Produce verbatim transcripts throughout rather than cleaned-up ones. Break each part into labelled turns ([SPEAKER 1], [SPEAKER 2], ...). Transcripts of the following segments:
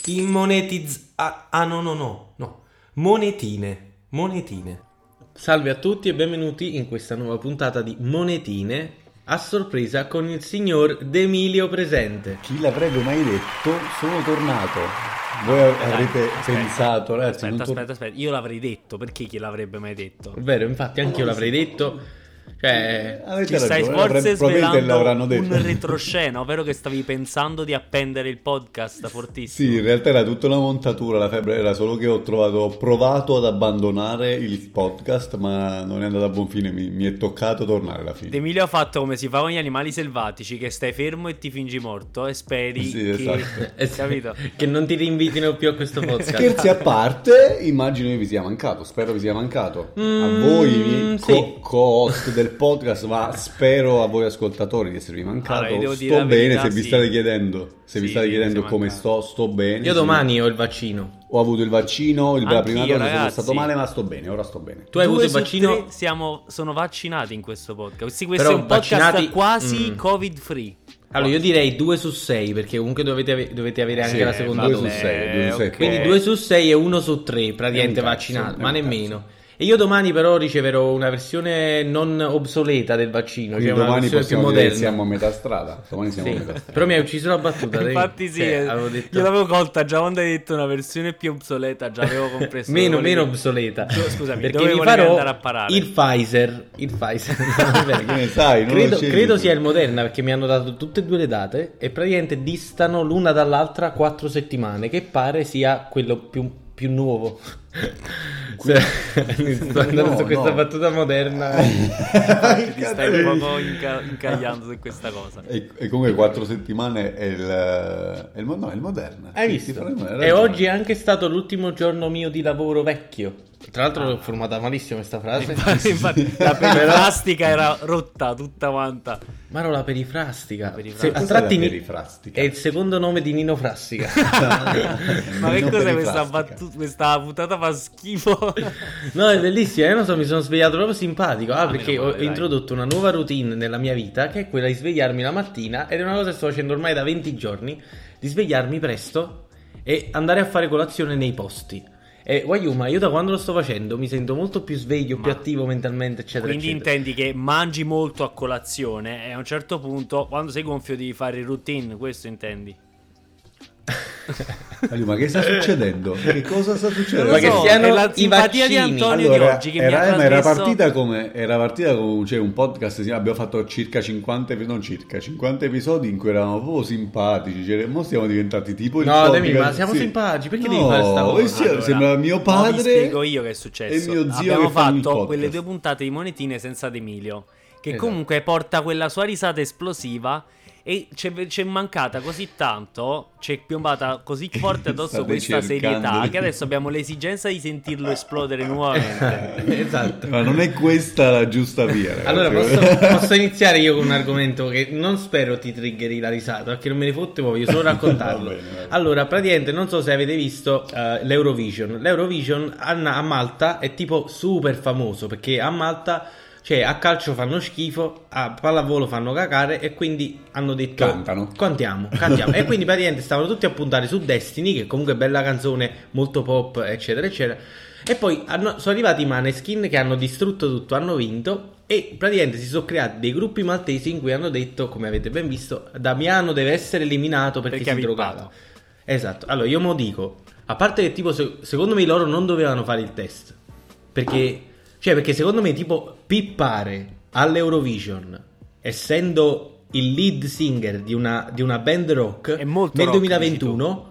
[SPEAKER 1] I monetiz... Ah, ah no no no no Monetine. Monetine. Salve a tutti e benvenuti in questa nuova puntata di Monetine, a sorpresa con il signor D'Emilio presente.
[SPEAKER 2] Chi l'avrebbe mai detto? Sono tornato. Voi avrete
[SPEAKER 3] aspetta,
[SPEAKER 2] pensato, ragazzi.
[SPEAKER 3] Aspetta,
[SPEAKER 2] non tor-
[SPEAKER 3] aspetta, aspetta. Io l'avrei detto, perché chi l'avrebbe mai detto?
[SPEAKER 1] È vero, infatti anche io l'avrei detto. Cioè,
[SPEAKER 2] Avete
[SPEAKER 3] Ci stai
[SPEAKER 2] ragione,
[SPEAKER 3] forse
[SPEAKER 2] avrebbe- probabilmente l'avranno
[SPEAKER 3] svelando
[SPEAKER 2] detto.
[SPEAKER 3] un retroscena, ovvero che stavi pensando di appendere il podcast fortissimo.
[SPEAKER 2] Sì, in realtà era tutta una montatura, la febbre era solo che ho trovato, ho provato ad abbandonare il podcast, ma non è andato a buon fine, mi, mi è toccato tornare alla fine.
[SPEAKER 3] Emilio ha fatto come si fa con gli animali selvatici, che stai fermo e ti fingi morto e speri
[SPEAKER 2] Sì,
[SPEAKER 3] che...
[SPEAKER 2] esatto.
[SPEAKER 1] eh,
[SPEAKER 3] Capito?
[SPEAKER 1] che non ti rinvitino più a questo podcast.
[SPEAKER 2] Scherzi a parte, immagino che vi sia mancato, spero vi sia mancato. a
[SPEAKER 1] Mm,
[SPEAKER 2] voi,
[SPEAKER 1] sì.
[SPEAKER 2] co- co-host del podcast, ma spero a voi ascoltatori di esservi mancato.
[SPEAKER 3] Allora, io devo dire
[SPEAKER 2] sto
[SPEAKER 3] la
[SPEAKER 2] bene,
[SPEAKER 3] verità,
[SPEAKER 2] se vi
[SPEAKER 3] sì.
[SPEAKER 2] state chiedendo, se vi
[SPEAKER 3] Sì,
[SPEAKER 2] state
[SPEAKER 3] sì,
[SPEAKER 2] chiedendo
[SPEAKER 3] siamo
[SPEAKER 2] come
[SPEAKER 3] mancati.
[SPEAKER 2] sto, sto bene.
[SPEAKER 1] Io
[SPEAKER 2] sì.
[SPEAKER 1] domani ho il vaccino.
[SPEAKER 2] Ho avuto il vaccino, il- la
[SPEAKER 3] Anch'io,
[SPEAKER 2] prima cosa, sono
[SPEAKER 3] ragazzi.
[SPEAKER 2] stato male, ma sto bene, ora sto bene.
[SPEAKER 1] Tu hai avuto
[SPEAKER 3] Due
[SPEAKER 1] il
[SPEAKER 3] su
[SPEAKER 1] vaccino?
[SPEAKER 3] tre siamo, sono vaccinati in questo podcast. Sì, questo
[SPEAKER 1] Però
[SPEAKER 3] è un podcast
[SPEAKER 1] vaccinati-
[SPEAKER 3] quasi
[SPEAKER 1] mm.
[SPEAKER 3] covid free.
[SPEAKER 1] Allora io direi due su sei, perché comunque dovete, ave- dovete avere anche
[SPEAKER 2] Sì,
[SPEAKER 1] la seconda
[SPEAKER 2] due
[SPEAKER 1] dose.
[SPEAKER 2] su sei, due su sei.
[SPEAKER 3] ok.
[SPEAKER 1] Quindi due su sei e uno su tre praticamente
[SPEAKER 2] È un cazzo,
[SPEAKER 1] vaccinato,
[SPEAKER 2] è
[SPEAKER 1] ma
[SPEAKER 2] un
[SPEAKER 1] nemmeno. E io domani però riceverò una versione non obsoleta del vaccino,
[SPEAKER 2] Quindi
[SPEAKER 1] cioè una
[SPEAKER 2] domani
[SPEAKER 1] versione più
[SPEAKER 2] possiamo dire che
[SPEAKER 1] moderna.
[SPEAKER 2] siamo a metà strada. Domani siamo
[SPEAKER 1] Sì.
[SPEAKER 2] a metà strada.
[SPEAKER 1] Però mi hai ucciso la battuta. devi-
[SPEAKER 3] Infatti sì,
[SPEAKER 1] cioè,
[SPEAKER 3] eh,
[SPEAKER 1] avevo detto
[SPEAKER 3] io l'avevo colta già quando hai detto una versione più obsoleta, già avevo compreso.
[SPEAKER 1] meno,
[SPEAKER 3] dove
[SPEAKER 1] meno
[SPEAKER 3] volevi-
[SPEAKER 1] obsoleta.
[SPEAKER 3] Gio- scusami,
[SPEAKER 1] perché
[SPEAKER 3] dove
[SPEAKER 1] vi
[SPEAKER 3] volevi
[SPEAKER 1] farò
[SPEAKER 3] andare a parare?
[SPEAKER 1] il Pfizer. Il Pfizer. Vabbè,
[SPEAKER 2] Che ne sai? Non
[SPEAKER 1] credo
[SPEAKER 2] lo scegli
[SPEAKER 1] credo
[SPEAKER 2] tu.
[SPEAKER 1] sia il Moderna, perché mi hanno dato tutte e due le date e praticamente distano l'una dall'altra quattro settimane, che pare sia quello più, più nuovo. Se- sto andando
[SPEAKER 2] No,
[SPEAKER 1] su questa
[SPEAKER 2] no.
[SPEAKER 1] battuta moderna.
[SPEAKER 3] Infatti ti stai un poco inca- incagliando su questa cosa.
[SPEAKER 2] E, e comunque quattro settimane è il, è il, mo- no, è il Moderna.
[SPEAKER 1] Hai
[SPEAKER 2] Sì,
[SPEAKER 1] visto?
[SPEAKER 2] sì, faremo- hai
[SPEAKER 1] E
[SPEAKER 2] ragione.
[SPEAKER 1] oggi è anche stato l'ultimo giorno mio di lavoro vecchio. Tra l'altro l'ho formata malissimo questa frase.
[SPEAKER 3] Infatti, infatti, la perifrastica era rotta tutta quanta.
[SPEAKER 1] Ma ero la perifrastica.
[SPEAKER 3] perifrastica.
[SPEAKER 1] Se- a
[SPEAKER 2] Cos'è la
[SPEAKER 1] tratti ni-
[SPEAKER 2] perifrastica?
[SPEAKER 1] è il secondo nome di Nino Frassica.
[SPEAKER 3] Ma che
[SPEAKER 2] Nino
[SPEAKER 3] cos'è questa,
[SPEAKER 2] perifrastica.
[SPEAKER 3] battuta, questa puntata fa schifo?
[SPEAKER 1] No, è bellissimo. Io non so, mi sono svegliato proprio simpatico. Ah,
[SPEAKER 3] Ah,
[SPEAKER 1] perché
[SPEAKER 3] meno
[SPEAKER 1] ho
[SPEAKER 3] male, dai.
[SPEAKER 1] introdotto una nuova routine nella mia vita, che è quella di svegliarmi la mattina. Ed è una cosa che sto facendo ormai da venti giorni. Di svegliarmi presto e andare a fare colazione nei posti. E Wayuma, io da quando lo sto facendo mi sento molto più sveglio, più
[SPEAKER 3] Ma-
[SPEAKER 1] attivo mentalmente, eccetera,
[SPEAKER 3] Quindi
[SPEAKER 1] eccetera.
[SPEAKER 3] intendi che mangi molto a colazione e a un certo punto, quando sei gonfio, devi fare il routine, questo intendi?
[SPEAKER 2] Allora, ma che sta succedendo? Che cosa sta succedendo?
[SPEAKER 1] Ma che
[SPEAKER 3] so,
[SPEAKER 1] siano
[SPEAKER 3] è la
[SPEAKER 1] i
[SPEAKER 3] simpatia di
[SPEAKER 1] vaccini.
[SPEAKER 3] Antonio di
[SPEAKER 2] Allora,
[SPEAKER 3] oggi che mi
[SPEAKER 2] era,
[SPEAKER 3] ha
[SPEAKER 2] ma era
[SPEAKER 3] trasmesso-
[SPEAKER 2] partita come era partita con cioè, un podcast, sì, abbiamo fatto circa cinquanta episodi, non circa cinquanta episodi in cui eravamo proprio simpatici, cioè, mo siamo diventati tipo il
[SPEAKER 1] No,
[SPEAKER 2] podcast,
[SPEAKER 1] Demi, ma siamo
[SPEAKER 2] sì.
[SPEAKER 1] simpatici, perché
[SPEAKER 2] No,
[SPEAKER 1] devi fare sta cosa?
[SPEAKER 2] eh sì,
[SPEAKER 3] Allora,
[SPEAKER 2] sembra mio
[SPEAKER 3] mo vi
[SPEAKER 2] padre
[SPEAKER 3] spiego io che è successo.
[SPEAKER 2] e mio zio
[SPEAKER 3] Abbiamo
[SPEAKER 2] che fanno il
[SPEAKER 3] fatto
[SPEAKER 2] podcast.
[SPEAKER 3] quelle due puntate di Monetine senza D'Emilio, che
[SPEAKER 1] Esatto.
[SPEAKER 3] comunque porta quella sua risata esplosiva. E c'è, c'è mancata così tanto, c'è piombata così forte addosso
[SPEAKER 2] State
[SPEAKER 3] questa
[SPEAKER 2] cercando
[SPEAKER 3] serietà
[SPEAKER 2] di-
[SPEAKER 3] che adesso abbiamo l'esigenza di sentirlo esplodere nuovamente.
[SPEAKER 1] Esatto.
[SPEAKER 2] Ma non è questa la giusta via, ragazzi.
[SPEAKER 1] Allora posso, posso iniziare io con un argomento che non spero ti triggeri la risata, perché non me ne fotte, voglio solo raccontarlo.
[SPEAKER 2] Va bene, va bene.
[SPEAKER 1] Allora, praticamente non so se avete visto eh, l'Eurovision. L'Eurovision a, a Malta è tipo super famoso, perché a Malta, cioè, a calcio fanno schifo, a pallavolo fanno cacare, e quindi hanno detto
[SPEAKER 2] Cantano.
[SPEAKER 1] cantiamo, cantiamo. E quindi praticamente stavano tutti a puntare su Destiny, che comunque è bella canzone, molto pop, eccetera eccetera. E poi hanno- sono arrivati i Maneskin, che hanno distrutto tutto, hanno vinto, e praticamente si sono creati dei gruppi maltesi in cui hanno detto, come avete ben visto, Damiano deve essere eliminato perché,
[SPEAKER 3] Perché ha
[SPEAKER 1] si
[SPEAKER 3] vippato.
[SPEAKER 1] drogava. Esatto. Allora io mo dico, a parte che tipo se- secondo me loro non dovevano fare il test, perché cioè perché secondo me tipo pippare all'Eurovision, essendo il lead singer di una, di una band rock
[SPEAKER 3] È molto
[SPEAKER 1] nel
[SPEAKER 3] rock,
[SPEAKER 1] duemilaventuno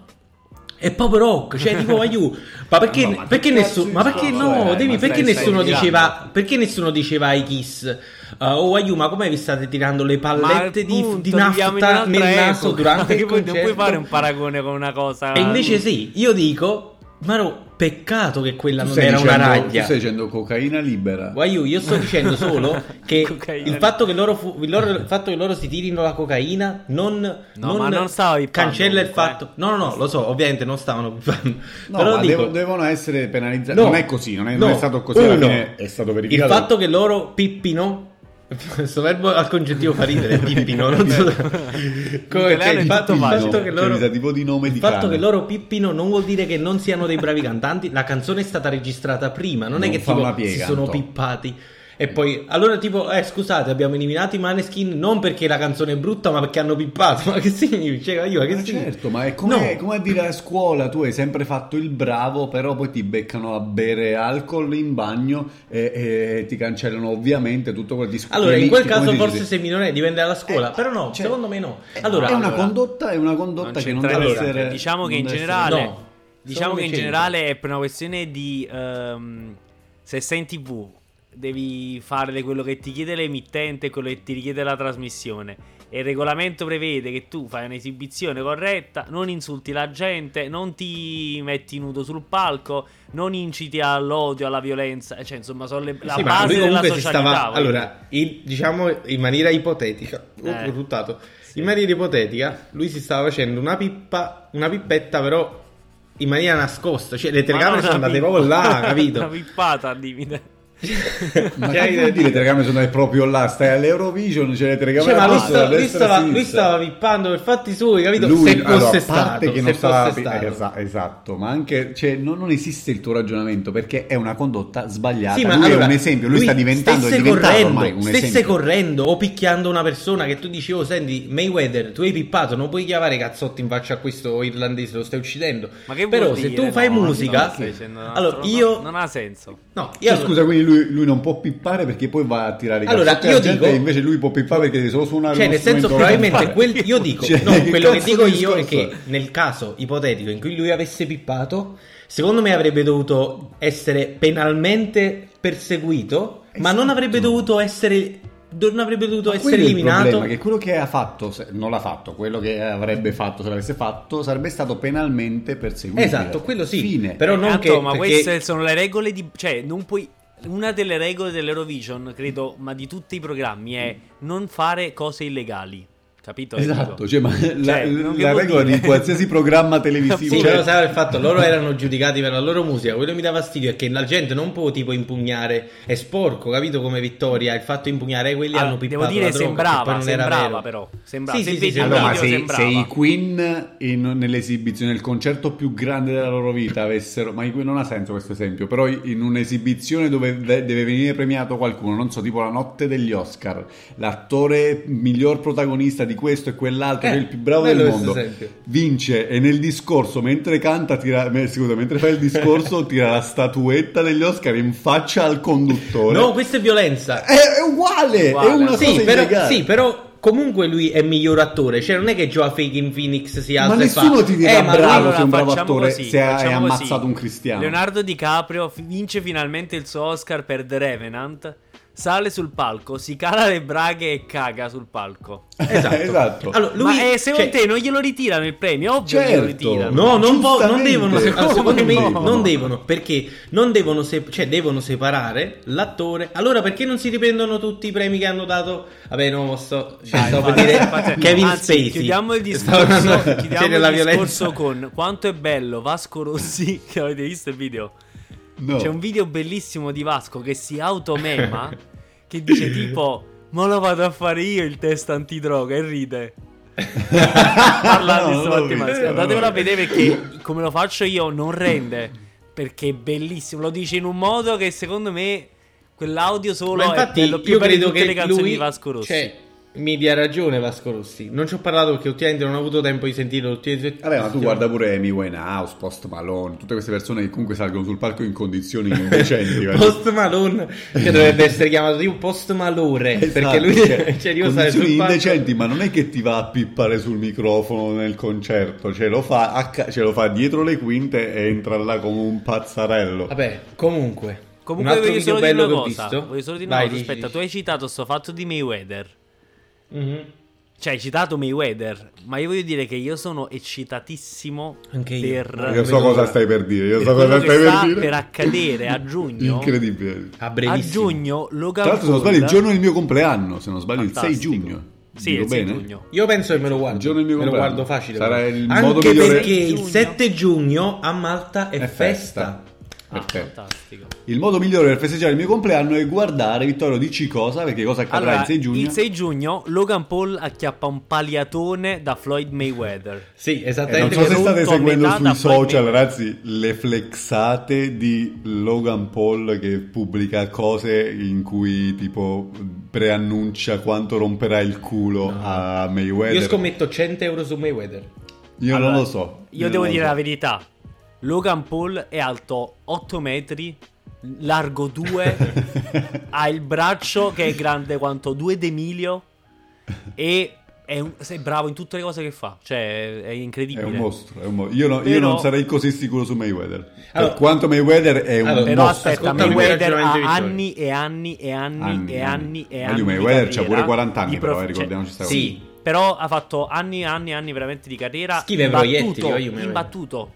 [SPEAKER 1] è proprio rock, cioè tipo aiuto. Ma perché,
[SPEAKER 2] No, ma
[SPEAKER 1] perché
[SPEAKER 2] che
[SPEAKER 1] nessuno
[SPEAKER 2] cazzo
[SPEAKER 1] ma
[SPEAKER 2] di
[SPEAKER 1] perché
[SPEAKER 2] discorso
[SPEAKER 1] no,
[SPEAKER 2] è?
[SPEAKER 1] Devi,
[SPEAKER 2] Ma
[SPEAKER 1] perché
[SPEAKER 3] stai-
[SPEAKER 1] nessuno
[SPEAKER 3] stai
[SPEAKER 1] diceva perché nessuno diceva ai Kiss uh, oh aiuto, ma come vi state tirando le pallette di,
[SPEAKER 3] appunto,
[SPEAKER 1] di
[SPEAKER 3] viviamo in
[SPEAKER 1] nafta
[SPEAKER 3] un'altra
[SPEAKER 1] nel naso
[SPEAKER 3] epoca,
[SPEAKER 1] durante il
[SPEAKER 3] che poi non puoi
[SPEAKER 1] concerto?
[SPEAKER 3] fare un paragone con una cosa.
[SPEAKER 1] E invece sì, io dico, ma no, peccato che quella
[SPEAKER 2] Tu
[SPEAKER 1] non
[SPEAKER 2] stai
[SPEAKER 1] era una
[SPEAKER 2] dicendo-
[SPEAKER 1] raglia.
[SPEAKER 2] Tu stai dicendo cocaina libera.
[SPEAKER 1] Guagliù, io sto dicendo solo che
[SPEAKER 3] Cocaina.
[SPEAKER 1] il fatto che loro, fu- il loro- il fatto che loro si tirino la cocaina non,
[SPEAKER 3] No, ma non stava pippando
[SPEAKER 1] cancella il
[SPEAKER 3] comunque,
[SPEAKER 1] fatto. No, no, no, lo so, ovviamente non stavano pippando.
[SPEAKER 2] No,
[SPEAKER 1] Però
[SPEAKER 2] ma
[SPEAKER 1] dico,
[SPEAKER 2] devo- devono essere penalizzati.
[SPEAKER 1] no,
[SPEAKER 2] non è così, non è,
[SPEAKER 1] no,
[SPEAKER 2] non è stato così. Alla
[SPEAKER 1] uno,
[SPEAKER 2] fine è stato
[SPEAKER 1] il
[SPEAKER 2] verificato.
[SPEAKER 1] fatto che loro pippino Questo verbo al congettivo fa ridere, pippino, non so. Come che il fatto, il fatto che loro,
[SPEAKER 2] cioè, tipo di nome
[SPEAKER 1] il
[SPEAKER 2] di
[SPEAKER 1] fatto
[SPEAKER 2] cane.
[SPEAKER 1] che loro pippino non vuol dire che non siano dei bravi cantanti. La canzone è stata registrata prima, non,
[SPEAKER 2] Non
[SPEAKER 1] è che
[SPEAKER 2] fa
[SPEAKER 1] tipo
[SPEAKER 2] una piega,
[SPEAKER 1] si sono
[SPEAKER 2] Anto.
[SPEAKER 1] pippati. E poi, allora tipo, eh scusate, abbiamo eliminato i Maneskin non perché la canzone è brutta, ma perché hanno pippato. Ma che significa? Io, ma che
[SPEAKER 2] Ma
[SPEAKER 1] significa?
[SPEAKER 2] certo, ma è come,
[SPEAKER 1] No.
[SPEAKER 2] come a dire a scuola, tu hai sempre fatto il bravo, però poi ti beccano a bere alcol in bagno e, e ti cancellano ovviamente tutto quel discorso.
[SPEAKER 1] Allora, in quel
[SPEAKER 2] come
[SPEAKER 1] caso
[SPEAKER 2] dici,
[SPEAKER 1] forse se minore dipende dalla scuola,
[SPEAKER 2] Eh,
[SPEAKER 1] però no,
[SPEAKER 2] cioè,
[SPEAKER 1] secondo me no.
[SPEAKER 2] eh,
[SPEAKER 1] Allora,
[SPEAKER 2] è una
[SPEAKER 3] allora,
[SPEAKER 2] condotta, è una condotta
[SPEAKER 3] non
[SPEAKER 2] che non
[SPEAKER 3] c'entra
[SPEAKER 2] deve
[SPEAKER 3] niente.
[SPEAKER 2] essere.
[SPEAKER 3] Diciamo che
[SPEAKER 2] non
[SPEAKER 3] in
[SPEAKER 2] deve
[SPEAKER 3] generale,
[SPEAKER 1] essere- No,
[SPEAKER 3] diciamo che in
[SPEAKER 1] secondo me
[SPEAKER 3] generale è per una questione di ehm, se sei in tivù devi fare quello che ti chiede l'emittente e quello che ti richiede la trasmissione. E il regolamento prevede che tu fai un'esibizione corretta, non insulti la gente, non ti metti nudo sul palco, non inciti all'odio, alla violenza, cioè insomma sono le, la
[SPEAKER 1] Sì, ma
[SPEAKER 3] base
[SPEAKER 1] lui
[SPEAKER 3] della
[SPEAKER 1] comunque si
[SPEAKER 3] socialità.
[SPEAKER 1] stava,
[SPEAKER 3] voglio dire.
[SPEAKER 1] allora, il- diciamo in maniera ipotetica, oh,
[SPEAKER 3] Eh,
[SPEAKER 1] ho ruttato.
[SPEAKER 3] sì.
[SPEAKER 1] In maniera ipotetica, lui si stava facendo una pippa, una pippetta però in maniera nascosta, cioè le telecamere
[SPEAKER 3] Ma no,
[SPEAKER 1] sono
[SPEAKER 3] una
[SPEAKER 1] andate
[SPEAKER 3] pippa-
[SPEAKER 1] proprio là, capito?
[SPEAKER 3] Una pippata al limite.
[SPEAKER 2] Ma
[SPEAKER 1] Cioè,
[SPEAKER 2] che vuol dire le telecamere sono proprio là? Stai all'Eurovision, c'è le telecamere
[SPEAKER 1] Cioè, ma lui,
[SPEAKER 2] apposta
[SPEAKER 1] sta-
[SPEAKER 2] da
[SPEAKER 1] lui
[SPEAKER 2] destra a
[SPEAKER 1] stava, lui
[SPEAKER 2] sinistra.
[SPEAKER 1] stava pippando per fatti suoi, capito?
[SPEAKER 2] Lui,
[SPEAKER 1] se fosse
[SPEAKER 2] allora, a
[SPEAKER 1] stato,
[SPEAKER 2] parte che
[SPEAKER 1] se
[SPEAKER 2] non stava
[SPEAKER 1] fosse stato.
[SPEAKER 2] esa- esatto, ma anche cioè, non, non esiste il tuo ragionamento perché è una condotta sbagliata.
[SPEAKER 1] Sì, ma
[SPEAKER 2] lui
[SPEAKER 1] allora,
[SPEAKER 2] è un esempio, lui, sta diventando, è
[SPEAKER 1] stesse
[SPEAKER 2] diventato
[SPEAKER 1] correndo,
[SPEAKER 2] ormai un
[SPEAKER 1] stesse
[SPEAKER 2] esempio.
[SPEAKER 1] correndo o picchiando una persona che tu dici, oh senti Mayweather, tu hai pippato, non puoi chiamare cazzotti in faccia a questo irlandese, lo stai uccidendo.
[SPEAKER 3] Ma che
[SPEAKER 1] Però
[SPEAKER 3] vuol
[SPEAKER 1] se
[SPEAKER 3] dire?
[SPEAKER 1] tu fai
[SPEAKER 3] No,
[SPEAKER 1] musica,
[SPEAKER 3] no, stai dicendo una
[SPEAKER 1] allora
[SPEAKER 3] stronza-
[SPEAKER 1] io
[SPEAKER 3] non ha senso.
[SPEAKER 1] no, io
[SPEAKER 2] Cioè,
[SPEAKER 1] allora-
[SPEAKER 2] scusa, quindi lui, lui non può pippare perché poi va a tirare i
[SPEAKER 1] Allora,
[SPEAKER 2] cazzotti
[SPEAKER 1] io
[SPEAKER 2] alla gente
[SPEAKER 1] dico-
[SPEAKER 2] e invece lui può pippare perché deve solo suonare
[SPEAKER 1] Cioè,
[SPEAKER 2] uno
[SPEAKER 1] nel senso,
[SPEAKER 2] strumento
[SPEAKER 1] probabilmente
[SPEAKER 2] musicale.
[SPEAKER 1] quel, io dico,
[SPEAKER 2] Cioè,
[SPEAKER 1] no,
[SPEAKER 2] che
[SPEAKER 1] quello che
[SPEAKER 2] cazzo
[SPEAKER 1] dico
[SPEAKER 2] di
[SPEAKER 1] io è
[SPEAKER 2] discorso
[SPEAKER 1] che nel caso ipotetico in cui lui avesse pippato, secondo me avrebbe dovuto essere penalmente perseguito, ma non avrebbe dovuto essere, non avrebbe dovuto
[SPEAKER 2] Ma
[SPEAKER 1] essere
[SPEAKER 2] quello è il
[SPEAKER 1] eliminato.
[SPEAKER 2] problema, che quello che ha fatto, se- non l'ha fatto, quello che avrebbe fatto se l'avesse fatto sarebbe stato penalmente perseguito.
[SPEAKER 1] Esatto, quello sì.
[SPEAKER 2] Fine.
[SPEAKER 1] Però non
[SPEAKER 3] Tanto,
[SPEAKER 1] che
[SPEAKER 3] ma
[SPEAKER 1] perché-
[SPEAKER 3] queste sono le regole di... Cioè, non puoi... Una delle regole dell'Eurovision, credo, ma di tutti i programmi, è non fare cose illegali. Capito? che
[SPEAKER 2] Esatto,
[SPEAKER 3] dico?
[SPEAKER 2] cioè, ma la,
[SPEAKER 3] Cioè, non che
[SPEAKER 2] la
[SPEAKER 3] vuol
[SPEAKER 2] regola
[SPEAKER 3] dire?
[SPEAKER 2] di qualsiasi programma televisivo,
[SPEAKER 1] Sì,
[SPEAKER 2] cioè,
[SPEAKER 1] però sai il fatto, loro erano giudicati per la loro musica, quello che mi dà fastidio è che la gente non può tipo impugnare, è sporco, capito come Vittoria, il fatto di impugnare quelli
[SPEAKER 3] Allora,
[SPEAKER 1] hanno pippato
[SPEAKER 3] devo dire
[SPEAKER 1] la droga, che poi
[SPEAKER 3] sembrava,
[SPEAKER 1] non era
[SPEAKER 3] sembrava
[SPEAKER 1] vero.
[SPEAKER 3] però. Sembrava.
[SPEAKER 1] Sì,
[SPEAKER 3] Se
[SPEAKER 1] sì,
[SPEAKER 3] vedi
[SPEAKER 1] sì,
[SPEAKER 3] il
[SPEAKER 2] allora, ma
[SPEAKER 3] video
[SPEAKER 2] se,
[SPEAKER 3] sembrava.
[SPEAKER 2] se i Queen in- nell'esibizione, nel concerto più grande della loro vita avessero, ma i Queen non ha senso questo esempio, però in un'esibizione dove de- deve venire premiato qualcuno, non so, tipo la notte degli Oscar, l'attore miglior protagonista di questo e quell'altro,
[SPEAKER 1] Eh,
[SPEAKER 2] che è il più bravo
[SPEAKER 1] bello
[SPEAKER 2] del
[SPEAKER 1] questo
[SPEAKER 2] mondo,
[SPEAKER 1] esempio.
[SPEAKER 2] vince e nel discorso, mentre canta, tira, me- scusa, mentre fa il discorso, tira la statuetta degli Oscar in faccia al conduttore.
[SPEAKER 1] No, questa è violenza.
[SPEAKER 2] È, è uguale,
[SPEAKER 3] Uguale.
[SPEAKER 2] è una
[SPEAKER 1] Sì,
[SPEAKER 2] cosa
[SPEAKER 1] però,
[SPEAKER 2] illegale.
[SPEAKER 1] sì, però comunque lui è miglior attore, cioè non è che Joaquin Phoenix si alza
[SPEAKER 2] Ma
[SPEAKER 1] e fa
[SPEAKER 2] nessuno ti dirà
[SPEAKER 1] eh, ma lui-
[SPEAKER 2] bravo
[SPEAKER 3] Allora,
[SPEAKER 2] se un bravo
[SPEAKER 3] facciamo
[SPEAKER 2] attore
[SPEAKER 3] così,
[SPEAKER 2] se hai
[SPEAKER 3] facciamo così.
[SPEAKER 2] ammazzato un cristiano.
[SPEAKER 3] Leonardo DiCaprio fi- vince finalmente il suo Oscar per The Revenant. Sale sul palco, si cala le braghe e caga sul palco.
[SPEAKER 1] Esatto.
[SPEAKER 2] Esatto.
[SPEAKER 1] Allora, lui,
[SPEAKER 3] Ma eh, secondo
[SPEAKER 1] cioè,
[SPEAKER 3] te non glielo ritirano il premio? Ovvio che glielo
[SPEAKER 2] Certo.
[SPEAKER 3] ritirano.
[SPEAKER 1] No, non, po- non
[SPEAKER 2] Giustamente.
[SPEAKER 1] devono. se-
[SPEAKER 2] Come
[SPEAKER 1] secondo me
[SPEAKER 3] no?
[SPEAKER 1] non devono perché non devono, se- cioè devono separare l'attore. Allora, perché non si riprendono tutti i premi che hanno dato? Vabbè, no, posso. Cioè,
[SPEAKER 3] Dai,
[SPEAKER 1] stavo per
[SPEAKER 3] infatti,
[SPEAKER 1] dire
[SPEAKER 3] infatti-
[SPEAKER 1] Kevin
[SPEAKER 3] anzi,
[SPEAKER 1] Spacey.
[SPEAKER 3] Chiudiamo il
[SPEAKER 1] Stavo
[SPEAKER 3] discorso,
[SPEAKER 1] andando-
[SPEAKER 3] chiudiamo
[SPEAKER 1] c'era la
[SPEAKER 3] il
[SPEAKER 1] violenza.
[SPEAKER 3] discorso con quanto è bello Vasco Rossi. Che avete visto il video?
[SPEAKER 2] No.
[SPEAKER 3] C'è un video bellissimo di Vasco che si automema. Che dice tipo: ma lo vado a fare io il test antidroga e ride. Parla di
[SPEAKER 2] No,
[SPEAKER 3] sto
[SPEAKER 2] non l'ho
[SPEAKER 3] Matteo Maschi.
[SPEAKER 2] visto,
[SPEAKER 3] Andatevelo
[SPEAKER 2] no.
[SPEAKER 3] a vedere perché come lo faccio io non rende. Perché è bellissimo. Lo dice in un modo che secondo me quell'audio solo
[SPEAKER 1] Ma infatti,
[SPEAKER 3] è bello più
[SPEAKER 1] io
[SPEAKER 3] bello di
[SPEAKER 1] credo
[SPEAKER 3] tutte
[SPEAKER 1] che
[SPEAKER 3] le canzoni
[SPEAKER 1] lui,
[SPEAKER 3] di Vasco Rossi.
[SPEAKER 1] Cioè, mi dia ragione Vasco Rossi. Non ci ho parlato perché ultimamente non ho avuto tempo di sentirlo. Tutti i-
[SPEAKER 2] Vabbè, ma tu guarda pure Amy Winehouse, Post Malone, tutte queste persone che comunque salgono sul palco in condizioni indecenti. guarda.
[SPEAKER 1] Post Malone, che dovrebbe essere chiamato tipo Post Malore.
[SPEAKER 2] Esatto,
[SPEAKER 1] perché lui
[SPEAKER 2] cioè,
[SPEAKER 1] cioè, io stare
[SPEAKER 2] condizioni
[SPEAKER 1] sul palco-
[SPEAKER 2] indecenti, ma non è che ti va a pippare sul microfono nel concerto, cioè lo fa, a ca- cioè lo fa dietro le quinte e entra là come un pazzarello.
[SPEAKER 1] Vabbè, comunque.
[SPEAKER 3] Comunque
[SPEAKER 1] un altro
[SPEAKER 3] voglio
[SPEAKER 1] video
[SPEAKER 3] solo dire
[SPEAKER 1] bello
[SPEAKER 3] una
[SPEAKER 1] che ho
[SPEAKER 3] cosa.
[SPEAKER 1] visto.
[SPEAKER 3] Voglio solo dire una
[SPEAKER 1] Vai,
[SPEAKER 3] cosa.
[SPEAKER 1] dici,
[SPEAKER 3] Aspetta,
[SPEAKER 1] dici.
[SPEAKER 3] tu hai citato sto fatto di Mayweather.
[SPEAKER 1] Mhm.
[SPEAKER 3] Cioè, hai citato Mayweather, ma io voglio dire che io sono eccitatissimo
[SPEAKER 1] Anche io.
[SPEAKER 3] per,
[SPEAKER 2] Io so cosa stai per dire, io
[SPEAKER 3] per
[SPEAKER 2] so
[SPEAKER 3] quello
[SPEAKER 2] cosa
[SPEAKER 3] che
[SPEAKER 2] stai
[SPEAKER 3] sta
[SPEAKER 2] per dire.
[SPEAKER 3] per accadere a giugno.
[SPEAKER 2] Incredibile.
[SPEAKER 1] A
[SPEAKER 3] A
[SPEAKER 1] brevissimo.
[SPEAKER 3] giugno Logan
[SPEAKER 2] Tra l'altro, se non
[SPEAKER 3] Paul-
[SPEAKER 2] sbaglio, il giorno del mio compleanno, se non sbaglio, il sei
[SPEAKER 3] Fantastico.
[SPEAKER 2] giugno.
[SPEAKER 3] Sì,
[SPEAKER 2] Dico
[SPEAKER 3] il sei
[SPEAKER 2] bene?
[SPEAKER 3] giugno.
[SPEAKER 1] Io penso che me lo
[SPEAKER 2] Il
[SPEAKER 1] guardo.
[SPEAKER 2] giorno del mio
[SPEAKER 1] me lo
[SPEAKER 2] compleanno.
[SPEAKER 1] guardo facile.
[SPEAKER 2] Sarà
[SPEAKER 1] però.
[SPEAKER 2] il
[SPEAKER 1] Anche
[SPEAKER 2] modo migliore-
[SPEAKER 1] perché il
[SPEAKER 3] Giugno.
[SPEAKER 1] sette giugno a Malta è,
[SPEAKER 2] È
[SPEAKER 1] festa.
[SPEAKER 2] festa. Perfetto.
[SPEAKER 3] Fantastico.
[SPEAKER 2] Il modo migliore per festeggiare il mio compleanno è guardare, Vittorio, dici cosa? Perché cosa accadrà
[SPEAKER 3] Allora,
[SPEAKER 2] il sei giugno?
[SPEAKER 3] il sei giugno Logan Paul acchiappa un paliatone da Floyd Mayweather.
[SPEAKER 1] Sì,
[SPEAKER 2] Eh, non
[SPEAKER 1] esattamente.
[SPEAKER 2] so se
[SPEAKER 3] rotto
[SPEAKER 2] state
[SPEAKER 3] a
[SPEAKER 2] seguendo
[SPEAKER 3] metà
[SPEAKER 2] sui
[SPEAKER 3] da Floyd
[SPEAKER 2] social,
[SPEAKER 3] Mayweather.
[SPEAKER 2] ragazzi, le flexate di Logan Paul che pubblica cose in cui tipo preannuncia quanto romperà il culo a Mayweather.
[SPEAKER 1] Io scommetto cento euro su Mayweather.
[SPEAKER 2] Io
[SPEAKER 3] Allora,
[SPEAKER 2] non lo so.
[SPEAKER 3] Io devo
[SPEAKER 2] non lo
[SPEAKER 3] dire
[SPEAKER 2] so.
[SPEAKER 3] la verità. Logan Paul è alto otto metri, largo due, ha il braccio che è grande quanto due d'Emilio e è, un, è bravo in tutte le cose che fa. Cioè, è incredibile.
[SPEAKER 2] È un mostro, è un mo- io, no- io
[SPEAKER 3] Però-
[SPEAKER 2] non sarei così sicuro su Mayweather.
[SPEAKER 1] Allora-
[SPEAKER 2] per quanto Mayweather è un
[SPEAKER 1] Allora,
[SPEAKER 3] Però
[SPEAKER 2] mostro.
[SPEAKER 3] aspetta,
[SPEAKER 1] ascolta il mio
[SPEAKER 3] Mayweather
[SPEAKER 1] ragionamento,
[SPEAKER 3] ha
[SPEAKER 1] Vittorio.
[SPEAKER 3] anni e anni e anni,
[SPEAKER 2] Anni,
[SPEAKER 3] e
[SPEAKER 2] anni.
[SPEAKER 3] anni e
[SPEAKER 2] Voglio
[SPEAKER 3] anni
[SPEAKER 2] Mayweather
[SPEAKER 3] di
[SPEAKER 2] c'ha pure
[SPEAKER 3] carriera,
[SPEAKER 2] quaranta anni,
[SPEAKER 3] di
[SPEAKER 2] però,
[SPEAKER 3] prof-
[SPEAKER 2] eh, ricordiamoci sta
[SPEAKER 3] cioè,
[SPEAKER 2] cosa.
[SPEAKER 3] sì, però ha fatto anni e anni e anni veramente di carriera.
[SPEAKER 1] Schive
[SPEAKER 3] imbattuto,
[SPEAKER 1] proiettili, voglio Mayweather.
[SPEAKER 3] imbattuto.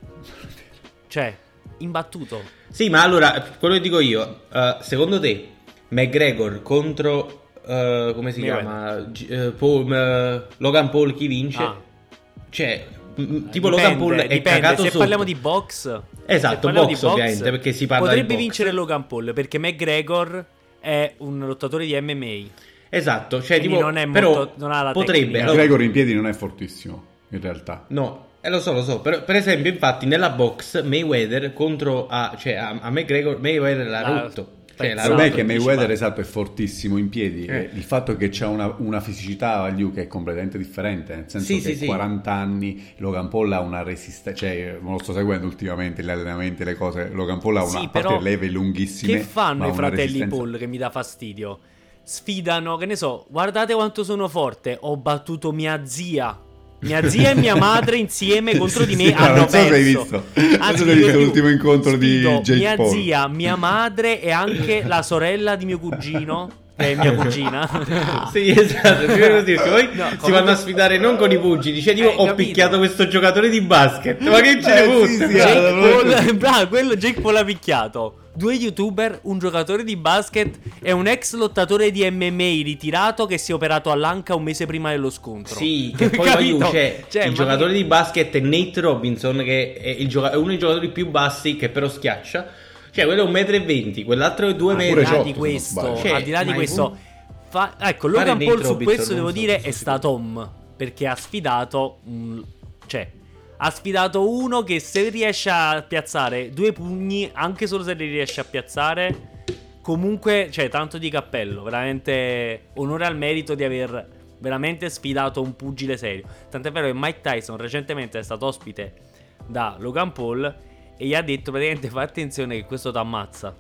[SPEAKER 3] Cioè, imbattuto.
[SPEAKER 1] Sì, ma allora, quello che dico io, eh, secondo te, McGregor contro, eh, come si
[SPEAKER 3] Mayweather.
[SPEAKER 1] chiama? G- eh, Paul- eh, Logan Paul, chi vince?
[SPEAKER 3] Ah.
[SPEAKER 1] Cioè, m- m- tipo
[SPEAKER 3] Dipende,
[SPEAKER 1] Logan Paul è
[SPEAKER 3] dipende.
[SPEAKER 1] cagato
[SPEAKER 3] Se
[SPEAKER 1] sotto.
[SPEAKER 3] parliamo di box,
[SPEAKER 1] Esatto,
[SPEAKER 3] se parliamo
[SPEAKER 1] box,
[SPEAKER 3] di
[SPEAKER 1] ovviamente, perché si parla di
[SPEAKER 3] potrebbe
[SPEAKER 1] box.
[SPEAKER 3] vincere Logan Paul perché McGregor è un lottatore di M M A.
[SPEAKER 1] Esatto, cioè
[SPEAKER 3] Quindi
[SPEAKER 1] tipo,
[SPEAKER 3] non è
[SPEAKER 1] però
[SPEAKER 3] molto- non ha la
[SPEAKER 1] potrebbe,
[SPEAKER 3] tecnica.
[SPEAKER 1] allora-
[SPEAKER 2] Gregor in piedi non è fortissimo, in realtà.
[SPEAKER 1] no, eh, lo so, lo so, però, per esempio, infatti, nella box Mayweather contro a, cioè, a, a McGregor, Mayweather l'ha
[SPEAKER 3] Ah,
[SPEAKER 1] rotto. Cioè, l'ha
[SPEAKER 3] esatto,
[SPEAKER 2] Per me
[SPEAKER 1] rotto
[SPEAKER 2] che Mayweather,
[SPEAKER 1] anticipato.
[SPEAKER 2] esatto, è fortissimo in piedi.
[SPEAKER 1] Eh.
[SPEAKER 2] e Il fatto che c'ha una, una fisicità value che è completamente differente, nel senso
[SPEAKER 1] Sì,
[SPEAKER 2] che
[SPEAKER 1] sì, sì.
[SPEAKER 2] quaranta anni, Logan Paul ha una resistenza, cioè non lo sto seguendo ultimamente gli allenamenti, le cose, Logan Paul ha una,
[SPEAKER 3] Sì,
[SPEAKER 2] a parte
[SPEAKER 3] però
[SPEAKER 2] leve lunghissime.
[SPEAKER 3] che
[SPEAKER 2] ma
[SPEAKER 3] fanno
[SPEAKER 2] ha
[SPEAKER 3] i
[SPEAKER 2] una
[SPEAKER 3] fratelli
[SPEAKER 2] resistenza-
[SPEAKER 3] Paul che mi dà fastidio? Sfidano, che ne so, guardate quanto sono forte, ho battuto mia zia. Mia zia e mia madre insieme contro di me
[SPEAKER 2] Sì, no,
[SPEAKER 3] hanno
[SPEAKER 2] non so se
[SPEAKER 3] perso.
[SPEAKER 2] hai visto. Non
[SPEAKER 3] Anzi,
[SPEAKER 2] so se hai
[SPEAKER 3] dico
[SPEAKER 2] visto
[SPEAKER 3] più,
[SPEAKER 2] l'ultimo incontro di
[SPEAKER 3] sfido
[SPEAKER 2] Jake
[SPEAKER 3] mia
[SPEAKER 2] Paul.
[SPEAKER 3] zia, mia madre e anche la sorella di mio cugino, che è mia cugina.
[SPEAKER 1] Sì, esatto, più o meno così, perché poi
[SPEAKER 3] No,
[SPEAKER 1] si
[SPEAKER 3] comunque-
[SPEAKER 1] vanno a sfidare non con i pugili, dice tipo
[SPEAKER 3] Eh,
[SPEAKER 1] ho
[SPEAKER 3] capito.
[SPEAKER 1] picchiato questo giocatore di basket, ma che ce
[SPEAKER 2] Eh,
[SPEAKER 1] ne
[SPEAKER 2] sì,
[SPEAKER 1] fotte?
[SPEAKER 2] sì,
[SPEAKER 3] Jake
[SPEAKER 2] allora,
[SPEAKER 3] Paul, bravo, quello Jake Paul ha picchiato. Due youtuber, un giocatore di basket e un ex lottatore di M M A ritirato che si è operato all'anca un mese prima dello scontro.
[SPEAKER 1] Sì, che poi
[SPEAKER 3] Capito?
[SPEAKER 1] voglio, c'è
[SPEAKER 3] Cioè,
[SPEAKER 1] il
[SPEAKER 3] ma
[SPEAKER 1] giocatore
[SPEAKER 3] che-
[SPEAKER 1] di basket è Nate Robinson, che è, il gioca- è uno dei giocatori più bassi, che però schiaccia. Cioè, quello è un metro e venti, quell'altro è due
[SPEAKER 2] Ah,
[SPEAKER 1] metri.
[SPEAKER 2] pure
[SPEAKER 3] Al di là
[SPEAKER 2] Ciotto,
[SPEAKER 3] di
[SPEAKER 2] se non
[SPEAKER 3] questo,
[SPEAKER 2] sbaglio.
[SPEAKER 1] Cioè,
[SPEAKER 3] al di là di
[SPEAKER 1] ma è
[SPEAKER 3] questo,
[SPEAKER 1] un-
[SPEAKER 3] fa- ecco,
[SPEAKER 1] Pare
[SPEAKER 3] Logan
[SPEAKER 1] Nate
[SPEAKER 3] Paul su
[SPEAKER 1] Robinson,
[SPEAKER 3] questo
[SPEAKER 1] non
[SPEAKER 3] devo
[SPEAKER 1] so,
[SPEAKER 3] dire
[SPEAKER 1] non
[SPEAKER 3] è
[SPEAKER 1] so
[SPEAKER 3] stato Tom, perché ha sfidato un- cioè ha sfidato uno che se riesce a piazzare due pugni, anche solo se li riesce a piazzare, comunque, cioè, tanto di cappello, veramente onore al merito di aver veramente sfidato un pugile serio. Tant'è vero che Mike Tyson recentemente è stato ospite da Logan Paul e gli ha detto praticamente fai attenzione che questo t'ammazza.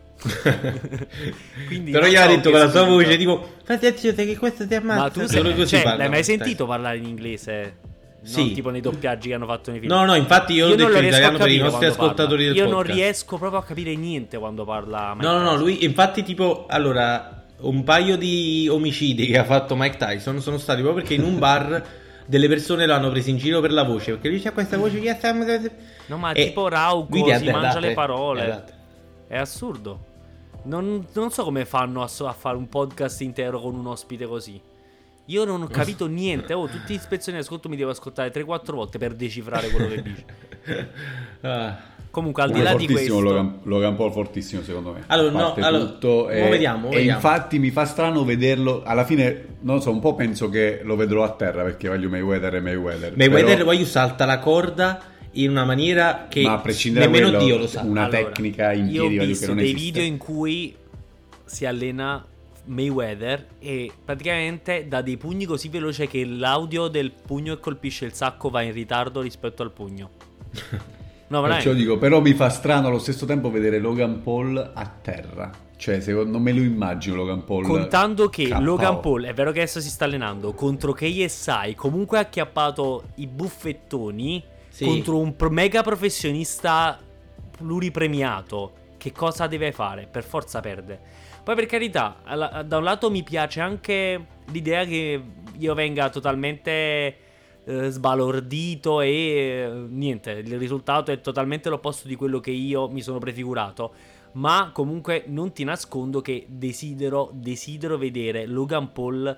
[SPEAKER 3] Quindi
[SPEAKER 1] Però
[SPEAKER 3] non
[SPEAKER 1] gli ha
[SPEAKER 3] so
[SPEAKER 1] detto
[SPEAKER 3] che
[SPEAKER 1] con la sua
[SPEAKER 3] spirito.
[SPEAKER 1] voce tipo fate attenzione che questo ti ammazza.
[SPEAKER 3] Ma tu
[SPEAKER 1] Solo
[SPEAKER 3] sei,
[SPEAKER 1] così
[SPEAKER 3] cioè,
[SPEAKER 1] parla
[SPEAKER 3] l'hai mai
[SPEAKER 1] Mike Tyson.
[SPEAKER 3] sentito parlare in inglese?
[SPEAKER 1] Sì.
[SPEAKER 3] Non tipo nei doppiaggi che hanno fatto nei film.
[SPEAKER 1] No, no, infatti io, ho
[SPEAKER 3] non
[SPEAKER 1] detto
[SPEAKER 3] lo
[SPEAKER 1] in
[SPEAKER 3] riesco a
[SPEAKER 1] italiano per i
[SPEAKER 3] capire
[SPEAKER 1] nostri
[SPEAKER 3] quando
[SPEAKER 1] ascoltatori
[SPEAKER 3] parla.
[SPEAKER 1] del
[SPEAKER 3] Io non
[SPEAKER 1] podcast.
[SPEAKER 3] riesco proprio a capire niente quando parla Mike
[SPEAKER 1] No, no, no,
[SPEAKER 3] Tyson.
[SPEAKER 1] lui infatti tipo, allora, un paio di omicidi che ha fatto Mike Tyson sono stati proprio perché in un bar delle persone l'hanno preso in giro per la voce, perché lui c'ha questa voce che sta...
[SPEAKER 3] No, ma
[SPEAKER 1] E
[SPEAKER 3] tipo Rauco
[SPEAKER 1] lui ti ha
[SPEAKER 3] si
[SPEAKER 1] dato-
[SPEAKER 3] mangia le
[SPEAKER 1] eh,
[SPEAKER 3] parole.
[SPEAKER 1] esatto.
[SPEAKER 3] È assurdo. Non, non so come fanno a, so- a fare un podcast intero con un ospite così. Io non ho capito niente. Oh, tutti gli spezzoni di ascolto mi devo ascoltare tre quattro volte per decifrare quello che dice.
[SPEAKER 1] Ah.
[SPEAKER 3] Comunque, al di
[SPEAKER 2] Comunque
[SPEAKER 3] là di
[SPEAKER 2] fortissimo
[SPEAKER 3] questo,
[SPEAKER 2] Logan, Logan Paul fortissimo secondo me.
[SPEAKER 1] Allora,
[SPEAKER 2] A
[SPEAKER 1] no,
[SPEAKER 2] parte
[SPEAKER 1] allora,
[SPEAKER 2] tutto,
[SPEAKER 1] mo
[SPEAKER 2] e,
[SPEAKER 1] vediamo,
[SPEAKER 2] e
[SPEAKER 1] vediamo.
[SPEAKER 2] infatti mi fa strano vederlo alla fine, non so, un po' penso che lo vedrò a terra perché voglio Mayweather e Mayweather.
[SPEAKER 1] Mayweather
[SPEAKER 2] però-
[SPEAKER 1] poi salta la corda in una maniera che
[SPEAKER 2] ma a prescindere da
[SPEAKER 1] nemmeno
[SPEAKER 2] quello,
[SPEAKER 1] Dio lo sa.
[SPEAKER 2] una
[SPEAKER 3] Allora,
[SPEAKER 2] tecnica in
[SPEAKER 3] io ho
[SPEAKER 2] piedi voglio
[SPEAKER 3] visto
[SPEAKER 2] che non
[SPEAKER 3] dei
[SPEAKER 2] esiste.
[SPEAKER 3] video in cui si allena Mayweather e praticamente dà dei pugni così veloce che l'audio del pugno che colpisce il sacco va in ritardo rispetto al pugno. No,
[SPEAKER 2] Perciò
[SPEAKER 3] veramente.
[SPEAKER 2] dico, però mi fa strano allo stesso tempo vedere Logan Paul a terra. Cioè, secondo non me lo immagino Logan Paul.
[SPEAKER 3] Contando che
[SPEAKER 2] K O.
[SPEAKER 3] Logan Paul, è vero che adesso si sta allenando contro K S I, comunque ha acchiappato i buffettoni
[SPEAKER 1] Sì.
[SPEAKER 3] contro un pro- mega professionista pluripremiato. Che cosa deve fare? Per forza perde. Poi per carità, alla- da un lato mi piace anche l'idea che io venga totalmente eh, sbalordito e eh, niente, il risultato è totalmente l'opposto di quello che io mi sono prefigurato. Ma comunque non ti nascondo che desidero, desidero vedere Logan Paul